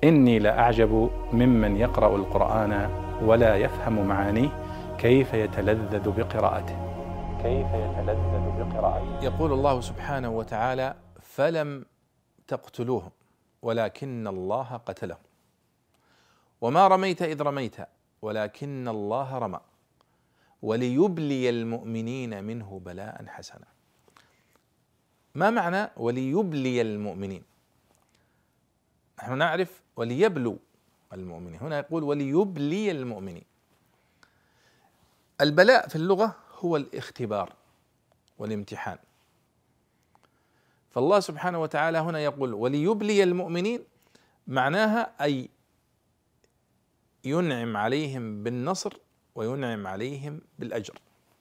إني لأعجب ممن يقرأ القرآن ولا يفهم معانيه كيف يتلذذ بقراءته. يقول الله سبحانه وتعالى: فلم تقتلوهم ولكن الله قتلهم وما رميت إذ رميت ولكن الله رمى وليبلي المؤمنين منه بلاء حسنا. ما معنى وليبلي المؤمنين؟ نحن نعرف وليبلو المؤمنين، هنا يقول وليبلي المؤمنين. البلاء في اللغة هو الاختبار والامتحان، فالله سبحانه وتعالى هنا يقول وليبلي المؤمنين، معناها أي ينعم عليهم بالنصر وينعم عليهم بالأجر،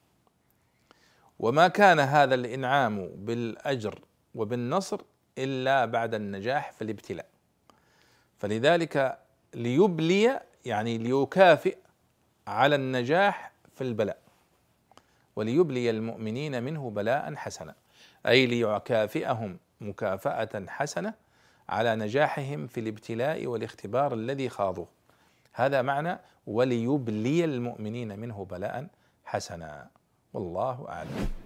وما كان هذا الإنعام بالأجر وبالنصر إلا بعد النجاح في الابتلاء، فلذلك ليبلي يعني ليكافئ على النجاح في البلاء، وليبلي المؤمنين منه بلاء حسنا، أي ليكافئهم مكافأة حسنة على نجاحهم في الابتلاء والاختبار الذي خاضوه. هذا معنى وليبلي المؤمنين منه بلاء حسنا، والله أعلم.